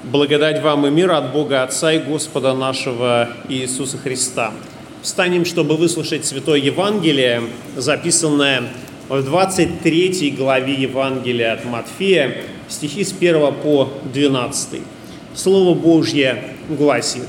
Благодать вам и мир от Бога Отца и Господа нашего Иисуса Христа. Встанем, чтобы выслушать Святое Евангелие, записанное в 23 главе Евангелия от Матфея, стихи с 1 по 12. Слово Божье гласит: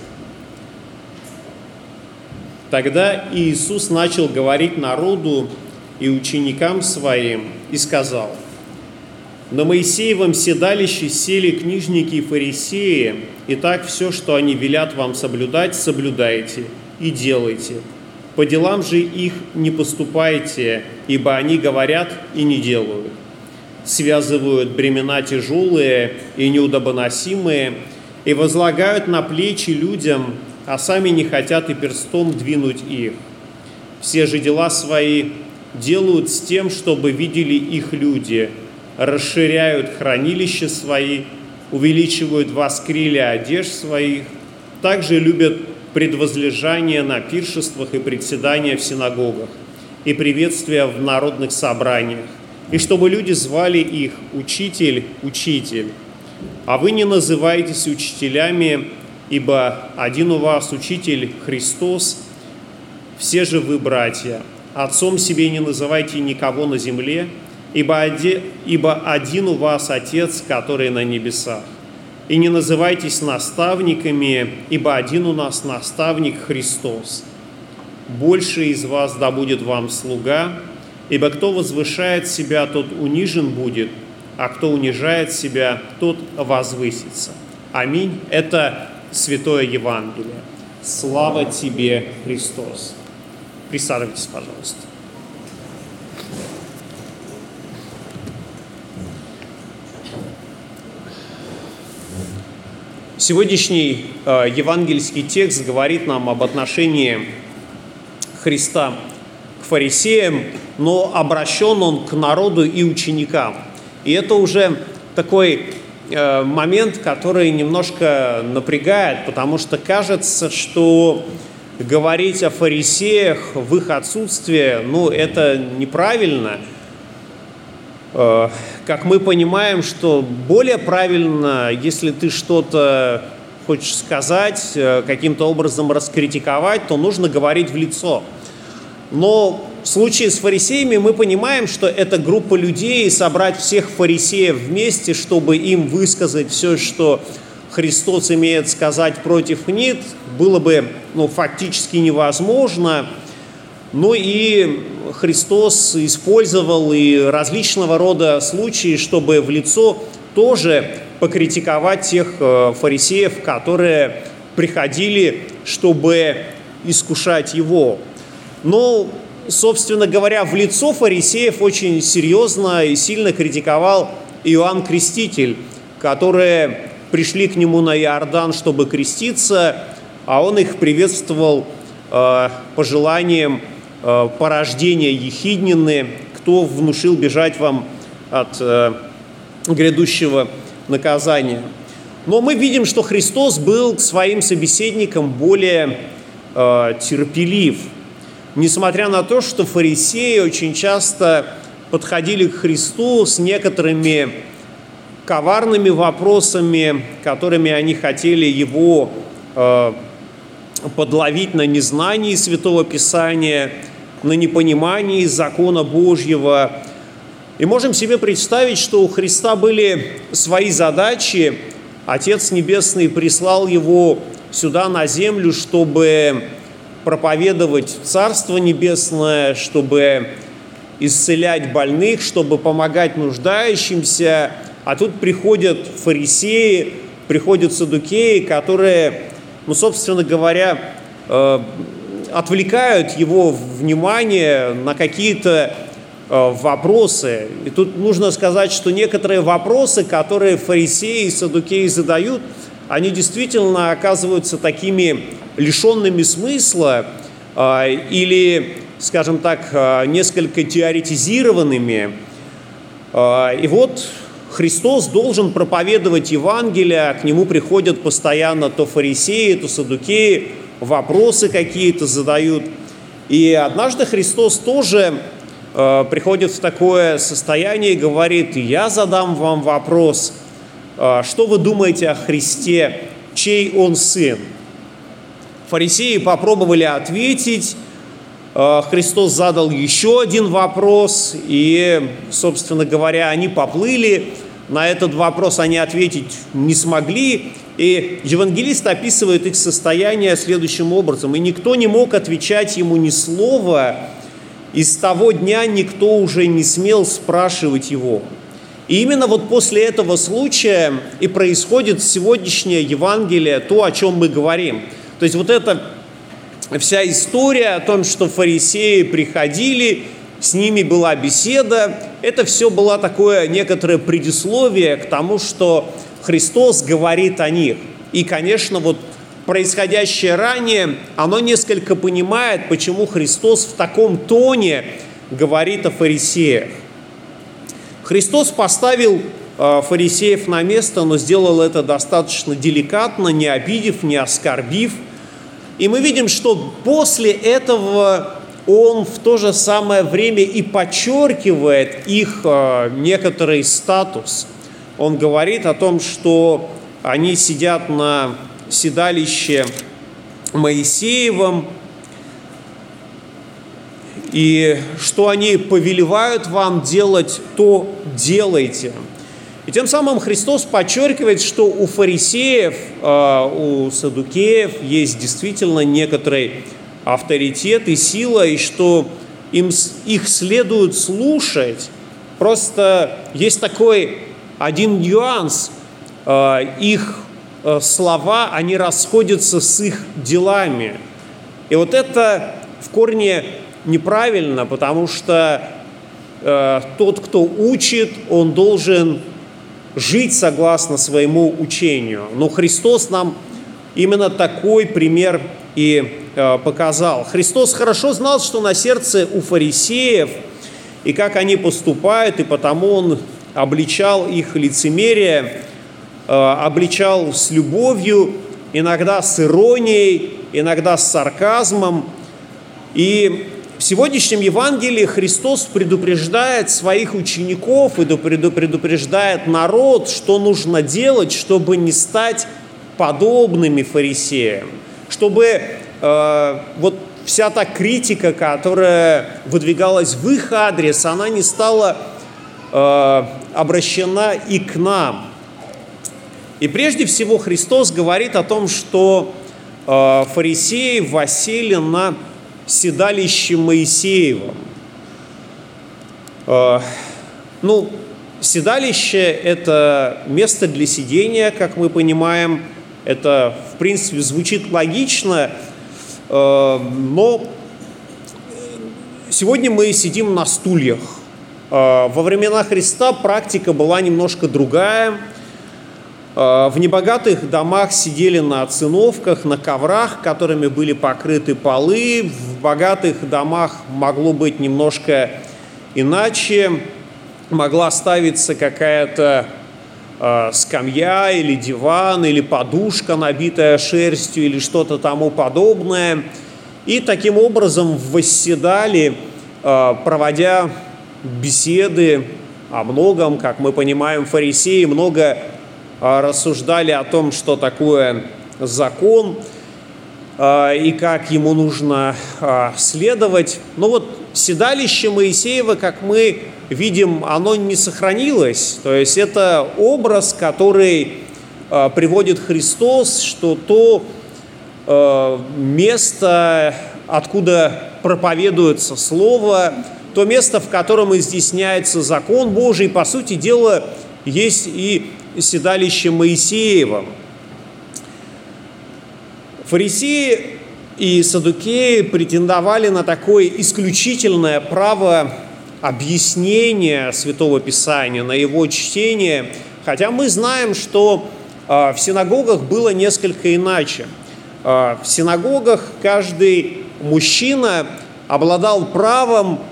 «Тогда Иисус начал говорить народу и ученикам своим и сказал: на Моисеевом седалище сели книжники и фарисеи, и так все, что они велят вам соблюдать, соблюдайте и делайте. По делам же их не поступайте, ибо они говорят и не делают. Связывают бремена тяжелые и неудобоносимые, и возлагают на плечи людям, а сами не хотят и перстом двинуть их. Все же дела свои делают с тем, чтобы видели их люди, расширяют хранилища свои, увеличивают воскрилия одежд своих, также любят предвозлежание на пиршествах и председания в синагогах, и приветствия в народных собраниях, и чтобы люди звали их «Учитель, Учитель». А вы не называетесь учителями, ибо один у вас Учитель Христос, все же вы братья. Отцом себе не называйте никого на земле, ибо один у вас Отец, который на небесах. И не называйтесь наставниками, ибо один у нас наставник Христос. Больше из вас да будет вам слуга, ибо кто возвышает себя, тот унижен будет, а кто унижает себя, тот возвысится. Аминь. Это Святое Евангелие. Слава тебе, Христос. Присаживайтесь, пожалуйста. Сегодняшний евангельский текст говорит нам об отношении Христа к фарисеям, но обращен он к народу и ученикам. И это уже такой момент, который немножко напрягает, потому что кажется, что говорить о фарисеях в их отсутствии, это неправильно. Как мы понимаем, что более правильно, если ты что-то хочешь сказать, каким-то образом раскритиковать, то нужно говорить в лицо. Но в случае с фарисеями мы понимаем, что это группа людей, и собрать всех фарисеев вместе, чтобы им высказать все, что Христос имеет сказать против них, было бы фактически невозможно. И Христос использовал и различного рода случаи, чтобы в лицо тоже покритиковать тех фарисеев, которые приходили, чтобы искушать Его. Но, собственно говоря, в лицо фарисеев очень серьезно и сильно критиковал Иоанн Креститель, которые пришли к нему на Иордан, чтобы креститься, а он их приветствовал пожеланием порождения ехиднины, кто внушил бежать вам от грядущего наказания. Но мы видим, что Христос был к своим собеседникам более терпелив, несмотря на то, что фарисеи очень часто подходили к Христу с некоторыми коварными вопросами, которыми они хотели Его подловить на незнании Святого Писания, на непонимании закона Божьего. И можем себе представить, что у Христа были свои задачи. Отец Небесный прислал Его сюда на землю, чтобы проповедовать Царство Небесное, чтобы исцелять больных, чтобы помогать нуждающимся. А тут приходят фарисеи, приходят саддукеи, которые, собственно говоря, отвлекают его внимание на какие-то вопросы. И тут нужно сказать, что некоторые вопросы, которые фарисеи и саддукеи задают, они действительно оказываются такими лишенными смысла или, скажем так, несколько теоретизированными. И вот Христос должен проповедовать Евангелие, к нему приходят постоянно то фарисеи, то саддукеи, вопросы какие-то задают. И однажды Христос тоже приходит в такое состояние и говорит: «Я задам вам вопрос, что вы думаете о Христе, чей он сын? Фарисеи попробовали ответить, Христос задал еще один вопрос, и, собственно говоря, они поплыли. На этот вопрос они ответить не смогли, и евангелист описывает их состояние следующим образом. «И никто не мог отвечать ему ни слова, и с того дня никто уже не смел спрашивать его». И именно вот после этого случая и происходит сегодняшнее Евангелие, то, о чем мы говорим. То есть вот эта вся история о том, что фарисеи приходили, с ними была беседа, это все было такое некоторое предисловие к тому, что Христос говорит о них. И, конечно, вот происходящее ранее, оно несколько понимает, почему Христос в таком тоне говорит о фарисеях. Христос поставил фарисеев на место, но сделал это достаточно деликатно, не обидев, не оскорбив. И мы видим, что после этого он в то же самое время и подчеркивает их некоторый статус. Он говорит о том, что они сидят на седалище Моисеевом, и что они повелевают вам делать, то делайте. И тем самым Христос подчеркивает, что у фарисеев, у саддукеев есть действительно некоторый авторитет и сила, и что их следует слушать. Просто есть такой один нюанс. Их слова, они расходятся с их делами. И вот это в корне неправильно, потому что тот, кто учит, он должен жить согласно своему учению. Но Христос нам именно такой пример и показал. Христос хорошо знал, что на сердце у фарисеев и как они поступают, и потому Он обличал их лицемерие, обличал с любовью, иногда с иронией, иногда с сарказмом. И в сегодняшнем Евангелии Христос предупреждает своих учеников и предупреждает народ, что нужно делать, чтобы не стать подобными фарисеям, чтобы вот вся та критика, которая выдвигалась в их адрес, она не стала обращена и к нам. И прежде всего Христос говорит о том, что фарисеи воссели на седалище Моисеевом. Седалище – это место для сидения, как мы понимаем. Это, в принципе, звучит логично, но сегодня мы сидим на стульях. Во времена Христа практика была немножко другая. В небогатых домах сидели на циновках, на коврах, которыми были покрыты полы. В богатых домах могло быть немножко иначе. Могла ставиться какая-то скамья или диван, или подушка, набитая шерстью, или что-то тому подобное. И таким образом восседали, проводя беседы о многом. Как мы понимаем, фарисеи много рассуждали о том, что такое закон и как ему нужно следовать. Но вот седалище Моисеева, как мы видим, оно не сохранилось. То есть это образ, который приводит Христос, что то место, откуда проповедуется Слово, то место, в котором изъясняется закон Божий, по сути дела, есть и седалище Моисеева. Фарисеи и саддукеи претендовали на такое исключительное право объяснения Святого Писания, на его чтение, хотя мы знаем, что в синагогах было несколько иначе. В синагогах каждый мужчина обладал правом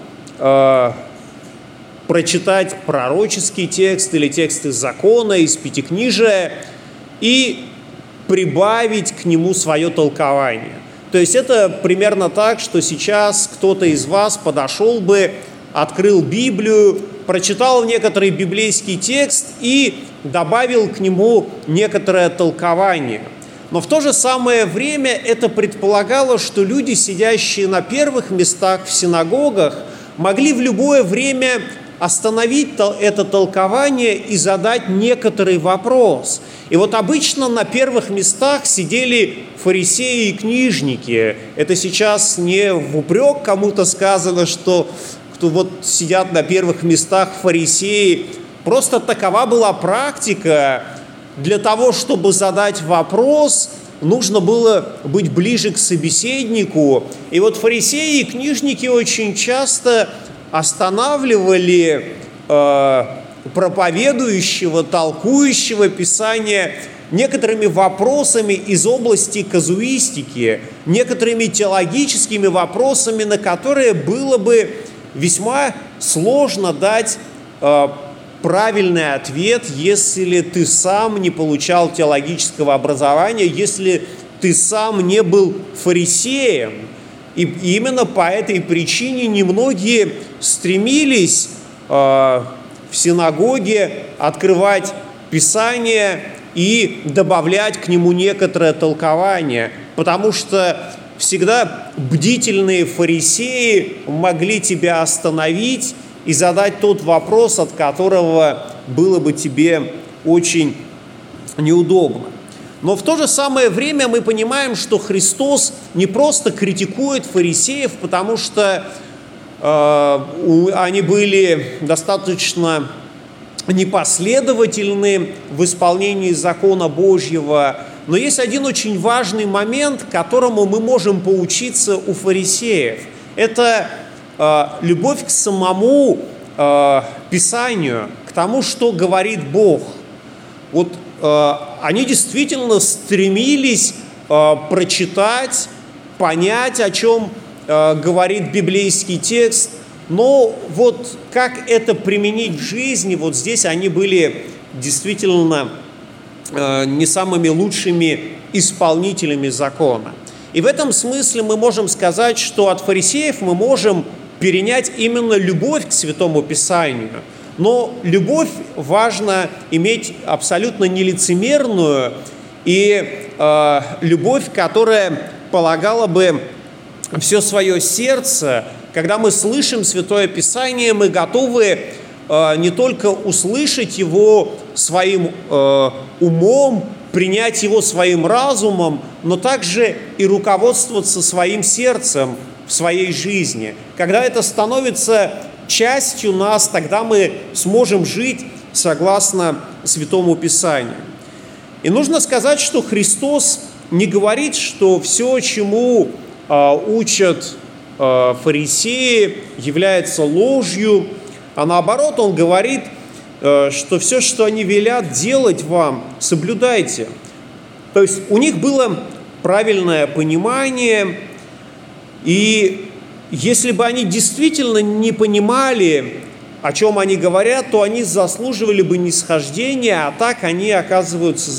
прочитать пророческий текст или текст из закона, из Пятикнижия и прибавить к нему свое толкование. То есть это примерно так, что сейчас кто-то из вас подошел бы, открыл Библию, прочитал некоторый библейский текст и добавил к нему некоторое толкование. Но в то же самое время это предполагало, что люди, сидящие на первых местах в синагогах, могли в любое время остановить это толкование и задать некоторый вопрос. И вот обычно на первых местах сидели фарисеи и книжники. Это сейчас не в упрек кому-то сказано, что кто вот сидят на первых местах фарисеи. Просто такова была практика. Для того, чтобы задать вопрос, нужно было быть ближе к собеседнику. И вот фарисеи и книжники очень часто останавливали проповедующего, толкующего Писание некоторыми вопросами из области казуистики, некоторыми теологическими вопросами, на которые было бы весьма сложно дать правильный ответ, если ты сам не получал теологического образования, если ты сам не был фарисеем. И именно по этой причине немногие стремились в синагоге открывать Писание и добавлять к нему некоторое толкование, потому что всегда бдительные фарисеи могли тебя остановить и задать тот вопрос, от которого было бы тебе очень неудобно. Но в то же самое время мы понимаем, что Христос не просто критикует фарисеев, потому что они были достаточно непоследовательны в исполнении закона Божьего. Но есть один очень важный момент, которому мы можем поучиться у фарисеев. Это любовь к самому Писанию, к тому, что говорит Бог. Вот они действительно стремились прочитать, понять, о чем говорит библейский текст, но вот как это применить в жизни, вот здесь они были действительно не самыми лучшими исполнителями закона. И в этом смысле мы можем сказать, что от фарисеев мы можем перенять именно любовь к Святому Писанию. Но любовь важно иметь абсолютно нелицемерную и любовь, которая полагала бы все свое сердце. Когда мы слышим Святое Писание, мы готовы не только услышать его своим умом, принять его своим разумом, но также и руководствоваться своим сердцем в своей жизни. Когда это становится частью нас, тогда мы сможем жить согласно Святому Писанию. И нужно сказать, что Христос не говорит, что все, чему учат фарисеи, является ложью, а наоборот, Он говорит, что все, что они велят делать вам, соблюдайте. То есть у них было правильное понимание, и если бы они действительно не понимали, о чем они говорят, то они заслуживали бы нисхождения, а так они, оказывается,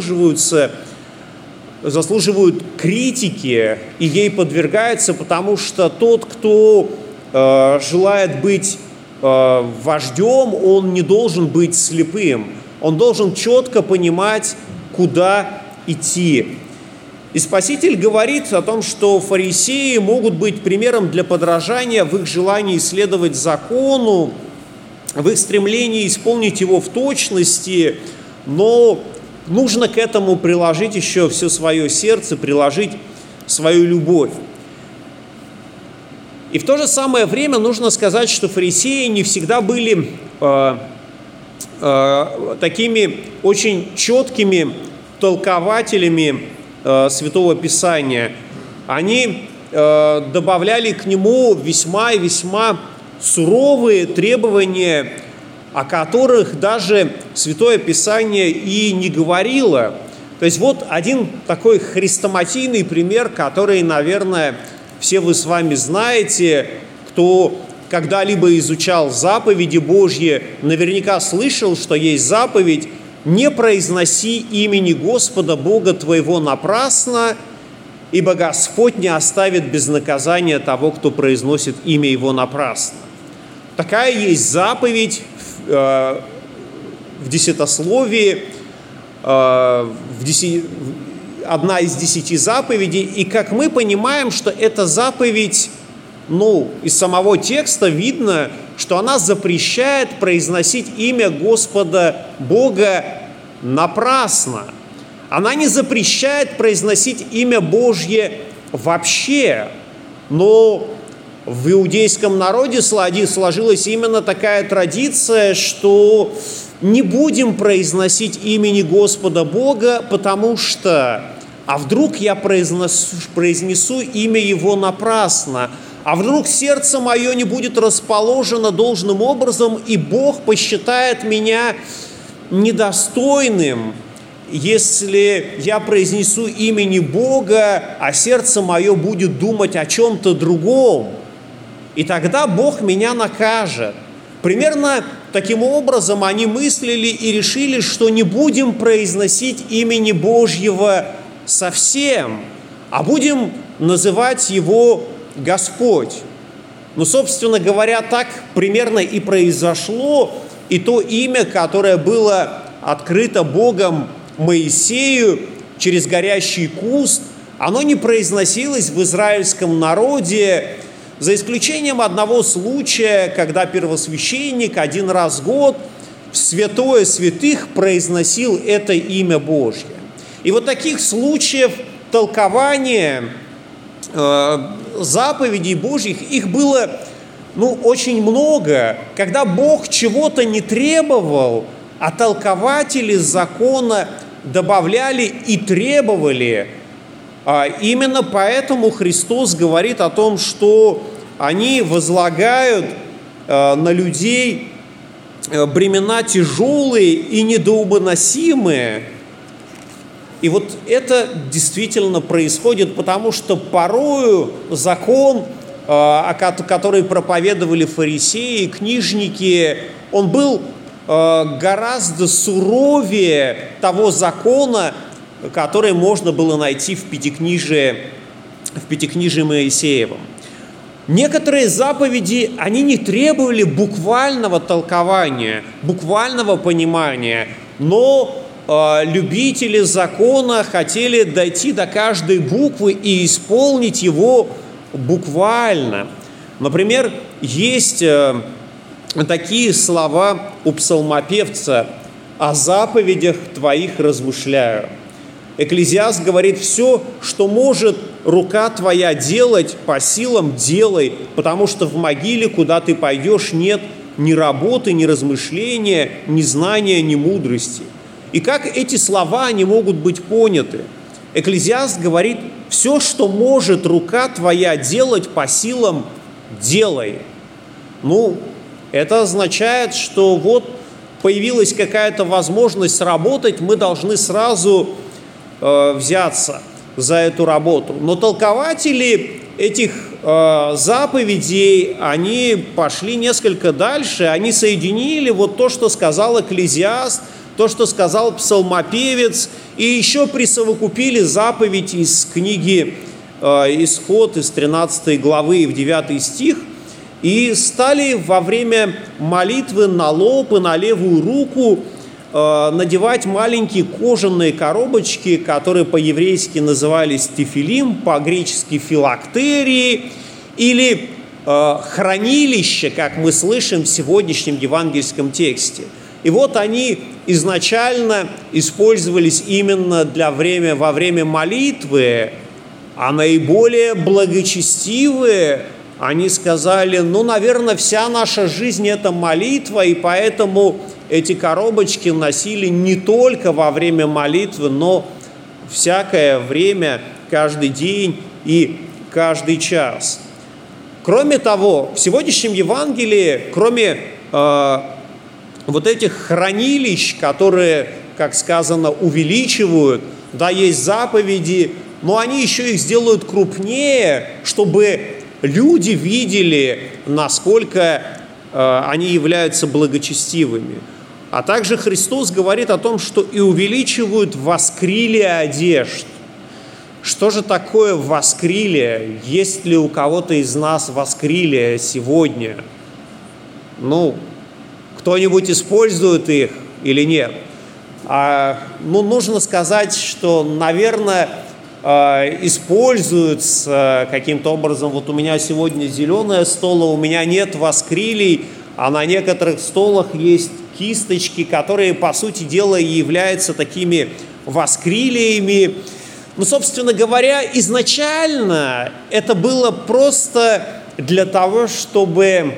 заслуживают критики, и ей подвергаются, потому что тот, кто желает быть вождем, он не должен быть слепым, он должен четко понимать, куда идти. И Спаситель говорит о том, что фарисеи могут быть примером для подражания в их желании следовать закону, в их стремлении исполнить его в точности, но нужно к этому приложить еще все свое сердце, приложить свою любовь. И в то же самое время нужно сказать, что фарисеи не всегда были такими очень четкими толкователями Святого Писания. Они добавляли к нему весьма и весьма суровые требования, о которых даже Святое Писание и не говорило. То есть вот один такой хрестоматийный пример, который, наверное, все вы с вами знаете, кто когда-либо изучал заповеди Божьи, наверняка слышал, что есть заповедь: «Не произноси имени Господа Бога твоего напрасно, ибо Господь не оставит без наказания того, кто произносит имя Его напрасно». Такая есть заповедь в в десятословии, одна из 10 заповедей, и как мы понимаем, что эта заповедь, из самого текста видно, что она запрещает произносить имя Господа Бога напрасно. Она не запрещает произносить имя Божье вообще, но в иудейском народе сложилась именно такая традиция, что не будем произносить имени Господа Бога, потому что, а вдруг я произнесу имя Его напрасно, а вдруг сердце мое не будет расположено должным образом, и Бог посчитает меня недостойным, если я произнесу имени Бога, а сердце мое будет думать о чем-то другом. И тогда Бог меня накажет. Примерно таким образом они мыслили и решили, что не будем произносить имени Божьего совсем, а будем называть Его Господь. Собственно говоря, так примерно и произошло, и то имя, которое было открыто Богом Моисею через горящий куст, оно не произносилось в израильском народе, за исключением одного случая, когда первосвященник один раз в год в святое святых произносил это имя Божье. И вот таких случаев толкования заповедей Божьих, их было очень много, когда Бог чего-то не требовал, а толкователи закона добавляли и требовали. Именно поэтому Христос говорит о том, что они возлагают на людей бремена тяжелые и недоубоносимые. И вот это действительно происходит, потому что порою закон, который проповедовали фарисеи, книжники, он был гораздо суровее того закона, который можно было найти в Пятикнижии Моисеевом. Некоторые заповеди, они не требовали буквального толкования, буквального понимания, но любители закона хотели дойти до каждой буквы и исполнить его буквально. Например, есть такие слова у псалмопевца: «О заповедях твоих размышляю». Экклезиаст говорит: «Все, что может рука твоя делать, по силам делай, потому что в могиле, куда ты пойдешь, нет ни работы, ни размышления, ни знания, ни мудрости». И как эти слова, они могут быть поняты? Экклезиаст говорит: «Все, что может рука твоя делать, по силам делай». Это означает, что вот появилась какая-то возможность работать, мы должны сразу взяться за эту работу. Но толкователи этих заповедей, они пошли несколько дальше, они соединили вот то, что сказал Экклезиаст, то, что сказал псалмопевец, и еще присовокупили заповедь из книги «Исход», из 13 главы и в 9 стих, и стали во время молитвы на лоб и на левую руку надевать маленькие кожаные коробочки, которые по-еврейски назывались тефилим, по-гречески филактерии, или хранилище, как мы слышим в сегодняшнем евангельском тексте. И вот они изначально использовались именно во время молитвы, а наиболее благочестивые, они сказали: наверное, вся наша жизнь – это молитва, и поэтому эти коробочки носили не только во время молитвы, но всякое время, каждый день и каждый час. Кроме того, в сегодняшнем Евангелии, кроме вот этих хранилищ, которые, как сказано, увеличивают, есть заповеди, но они еще их сделают крупнее, чтобы люди видели, насколько они являются благочестивыми. А также Христос говорит о том, что и увеличивают воскрилие одежд. Что же такое воскрилие? Есть ли у кого-то из нас воскрилие сегодня? Кто-нибудь использует их? или нет? Нужно сказать, что, наверное, используются каким-то образом. Вот у меня сегодня зеленая стола, у меня нет воскрилий, а на некоторых столах есть кисточки, которые, по сути дела, и являются такими воскрилиями. Собственно говоря, изначально это было просто для того, чтобы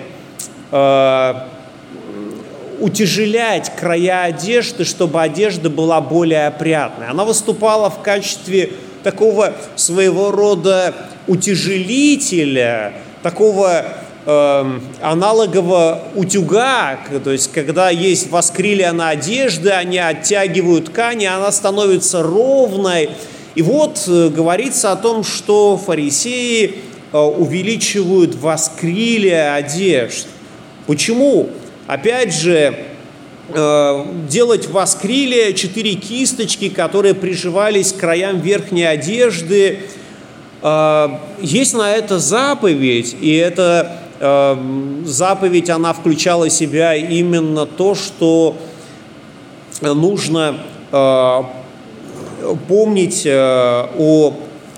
утяжелять края одежды, чтобы одежда была более опрятной. Она выступала в качестве такого своего рода утяжелителя, такого аналогового утюга, то есть когда есть воскрилия на одежде, они оттягивают ткань, и она становится ровной. И вот говорится о том, что фарисеи увеличивают воскрилия одежд. Почему? Опять же, делать воскрилия, 4 кисточки, которые приживались к краям верхней одежды. Есть на это заповедь, и эта заповедь, она включала в себя именно то, что нужно помнить о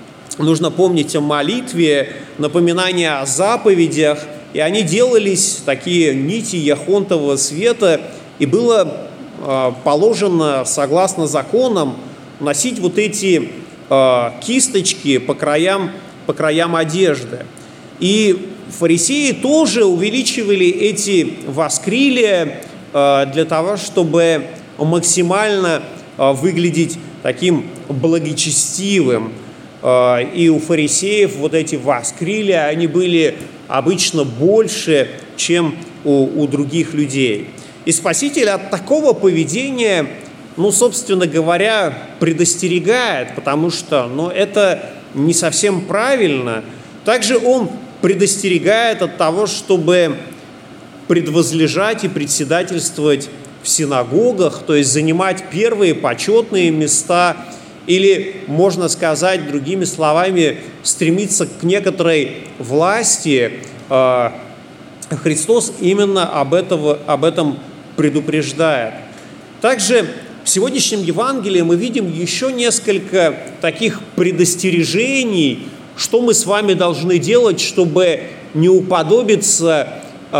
молитве, напоминание о заповедях. И они делались, такие нити яхонтового света, и было положено, согласно законам, носить вот эти кисточки по краям одежды. И фарисеи тоже увеличивали эти воскрилия для того, чтобы максимально выглядеть таким благочестивым. И у фарисеев вот эти воскрилия, они были обычно больше, чем у других людей. И Спаситель от такого поведения, собственно говоря, предостерегает, потому что это не совсем правильно. Также Он предостерегает от того, чтобы предвозлежать и председательствовать в синагогах, то есть занимать первые почетные места, или, можно сказать другими словами, стремиться к некоторой власти. Христос именно об этом предупреждает. Также в сегодняшнем Евангелии мы видим еще несколько таких предостережений, что мы с вами должны делать, чтобы не уподобиться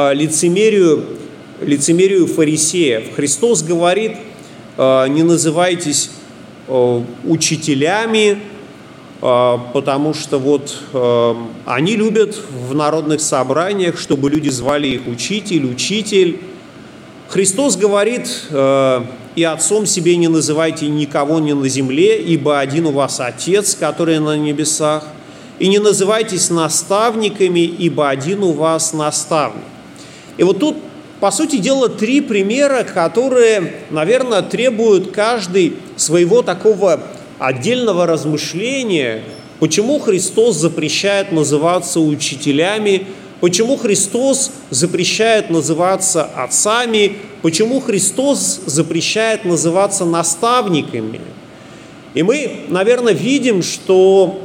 лицемерию фарисеев. Христос говорит: не называйтесь учителями, потому что они любят в народных собраниях, чтобы люди звали их учитель. Христос говорит: и отцом себе не называйте никого ни на земле, ибо один у вас Отец, который на небесах, и не называйтесь наставниками, ибо один у вас наставник. И вот тут, по сути дела, 3 примера, которые, наверное, требуют каждый своего такого отдельного размышления, почему Христос запрещает называться учителями, почему Христос запрещает называться отцами, почему Христос запрещает называться наставниками. И мы, наверное, видим, что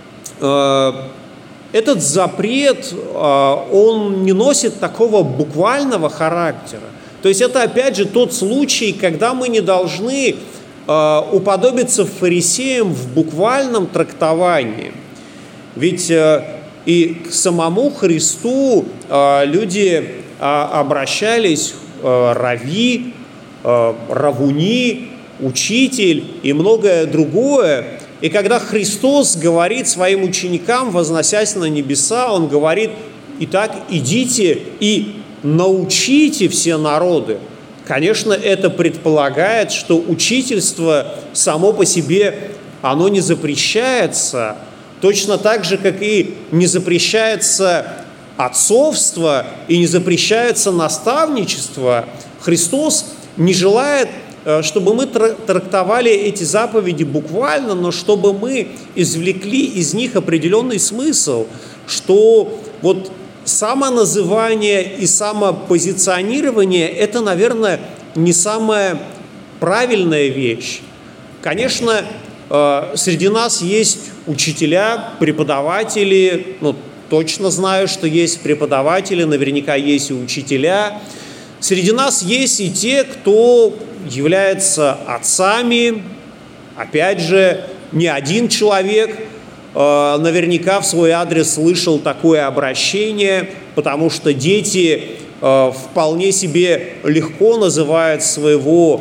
этот запрет, он не носит такого буквального характера. То есть это, опять же, тот случай, когда мы не должны уподобиться фарисеям в буквальном трактовании. Ведь и к самому Христу люди обращались рави, равуни, учитель и многое другое. И когда Христос говорит своим ученикам, возносясь на небеса, Он говорит: «Итак, идите и научите все народы». Конечно, это предполагает, что учительство само по себе, оно не запрещается, точно так же, как и не запрещается отцовство и не запрещается наставничество. Христос не желает, чтобы мы трактовали эти заповеди буквально, но чтобы мы извлекли из них определенный смысл, что вот самоназывание и самопозиционирование – это, наверное, не самая правильная вещь. Конечно, среди нас есть учителя, преподаватели, точно знаю, что есть преподаватели, наверняка есть и учителя. Среди нас есть и те, кто являются отцами. Опять же, не один человек наверняка в свой адрес слышал такое обращение, потому что дети вполне себе легко называют своего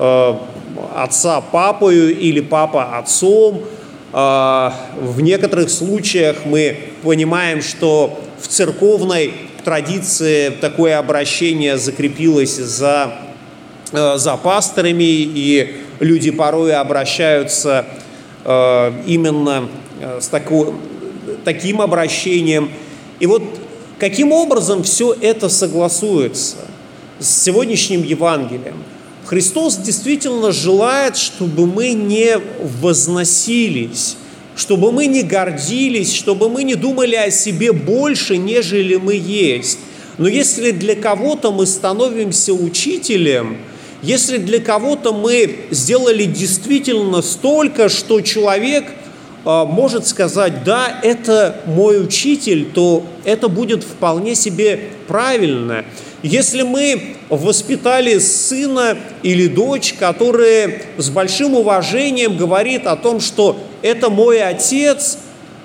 отца папою или папа отцом. В некоторых случаях мы понимаем, что в церковной традиции такое обращение закрепилось за пасторами, и люди порой обращаются именно с таким обращением. И вот каким образом все это согласуется с сегодняшним Евангелием? Христос действительно желает, чтобы мы не возносились, чтобы мы не гордились, чтобы мы не думали о себе больше, нежели мы есть. Но если для кого-то мы становимся учителем, если для кого-то мы сделали действительно столько, что человек может сказать: да, это мой учитель, то это будет вполне себе правильно. Если мы воспитали сына или дочь, которые с большим уважением говорит о том, что это мой отец,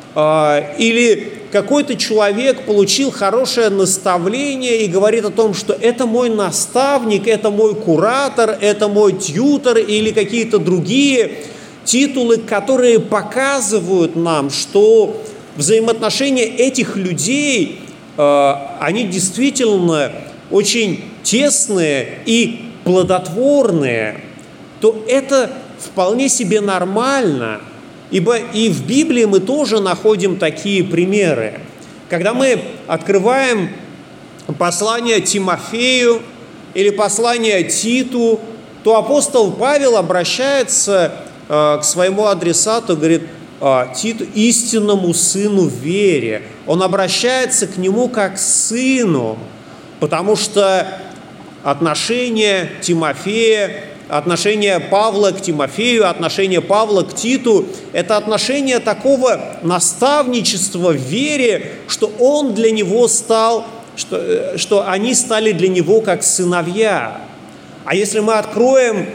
или какой-то человек получил хорошее наставление и говорит о том, что это мой наставник, это мой куратор, это мой тьютор или какие-то другие титулы, которые показывают нам, что взаимоотношения этих людей, они действительно очень тесные и плодотворные, то это вполне себе нормально. Ибо и в Библии мы тоже находим такие примеры. Когда мы открываем послание Тимофею или послание Титу, то апостол Павел обращается к своему адресату, говорит: Титу, истинному сыну в вере. Он обращается к нему как к сыну, потому что отношение Тимофея, отношение Павла к Тимофею, отношение Павла к Титу – это отношение такого наставничества в вере, что он для него стал, что они стали для него как сыновья. А если мы откроем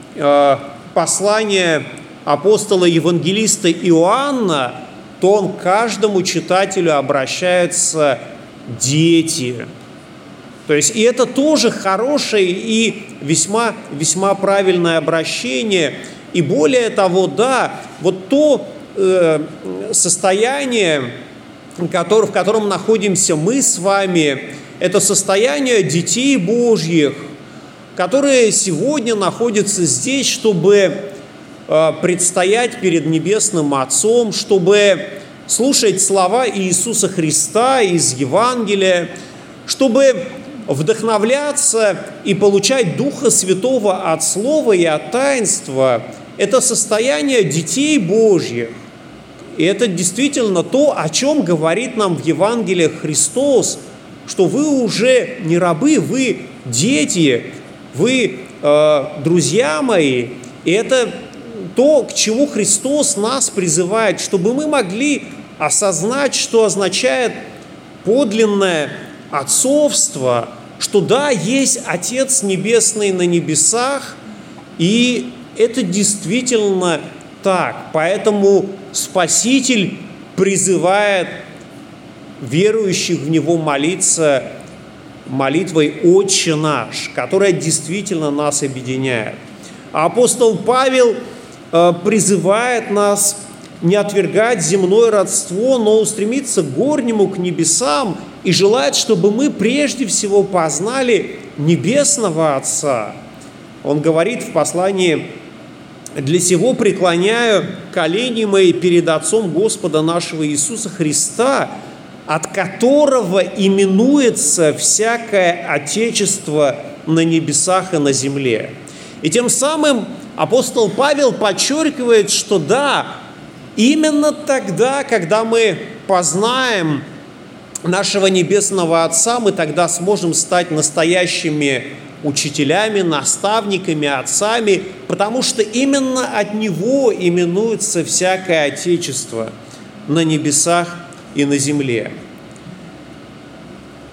послание апостола-евангелиста Иоанна, то он к каждому читателю обращается: дети. То есть и это тоже хорошее и весьма, весьма правильное обращение. И более того, да, вот то состояние, в котором находимся мы с вами, это состояние детей Божьих, которые сегодня находятся здесь, чтобы предстоять перед Небесным Отцом, чтобы слушать слова Иисуса Христа из Евангелия, чтобы вдохновляться и получать Духа Святого от Слова и от таинства. Это состояние детей Божьих. И это действительно то, о чем говорит нам в Евангелиях Христос, что вы уже не рабы, вы дети, вы друзья мои. И это то, к чему Христос нас призывает, чтобы мы могли осознать, что означает подлинное отцовство, что да, есть Отец Небесный на небесах, и это действительно так. Поэтому Спаситель призывает верующих в Него молиться молитвой «Отче наш», которая действительно нас объединяет. А апостол Павел призывает нас не отвергать земное родство, но устремиться к горнему, к небесам, и желает, чтобы мы прежде всего познали Небесного Отца. Он говорит в послании: «Для сего преклоняю колени мои перед Отцом Господа нашего Иисуса Христа, от которого именуется всякое Отечество на небесах и на земле». И тем самым апостол Павел подчеркивает, что да, именно тогда, когда мы познаем нашего Небесного Отца, мы тогда сможем стать настоящими учителями, наставниками, отцами, потому что именно от Него именуется всякое Отечество на небесах и на земле.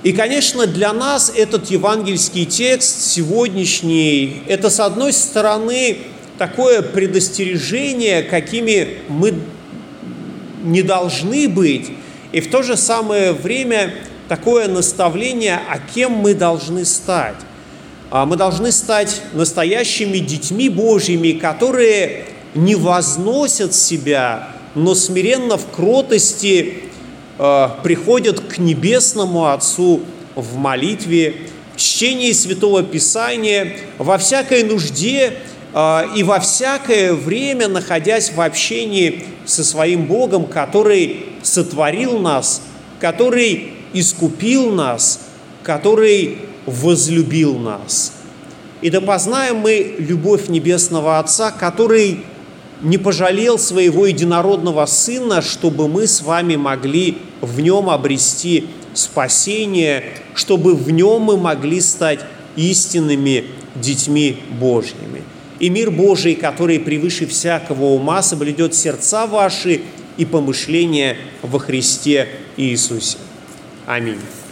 И, конечно, для нас этот евангельский текст сегодняшний, это, с одной стороны, такое предостережение, какими мы не должны быть, и в то же самое время такое наставление, а кем мы должны стать. Мы должны стать настоящими детьми Божьими, которые не возносят себя, но смиренно в кротости приходят к Небесному Отцу в молитве, в чтении Святого Писания, во всякой нужде и во всякое время находясь в общении со своим Богом, который сотворил нас, который искупил нас, который возлюбил нас. И да познаем мы любовь Небесного Отца, который не пожалел своего единородного Сына, чтобы мы с вами могли в Нем обрести спасение, чтобы в Нем мы могли стать истинными детьми Божьими. И мир Божий, который превыше всякого ума, соблюдет сердца ваши и помышления во Христе Иисусе. Аминь.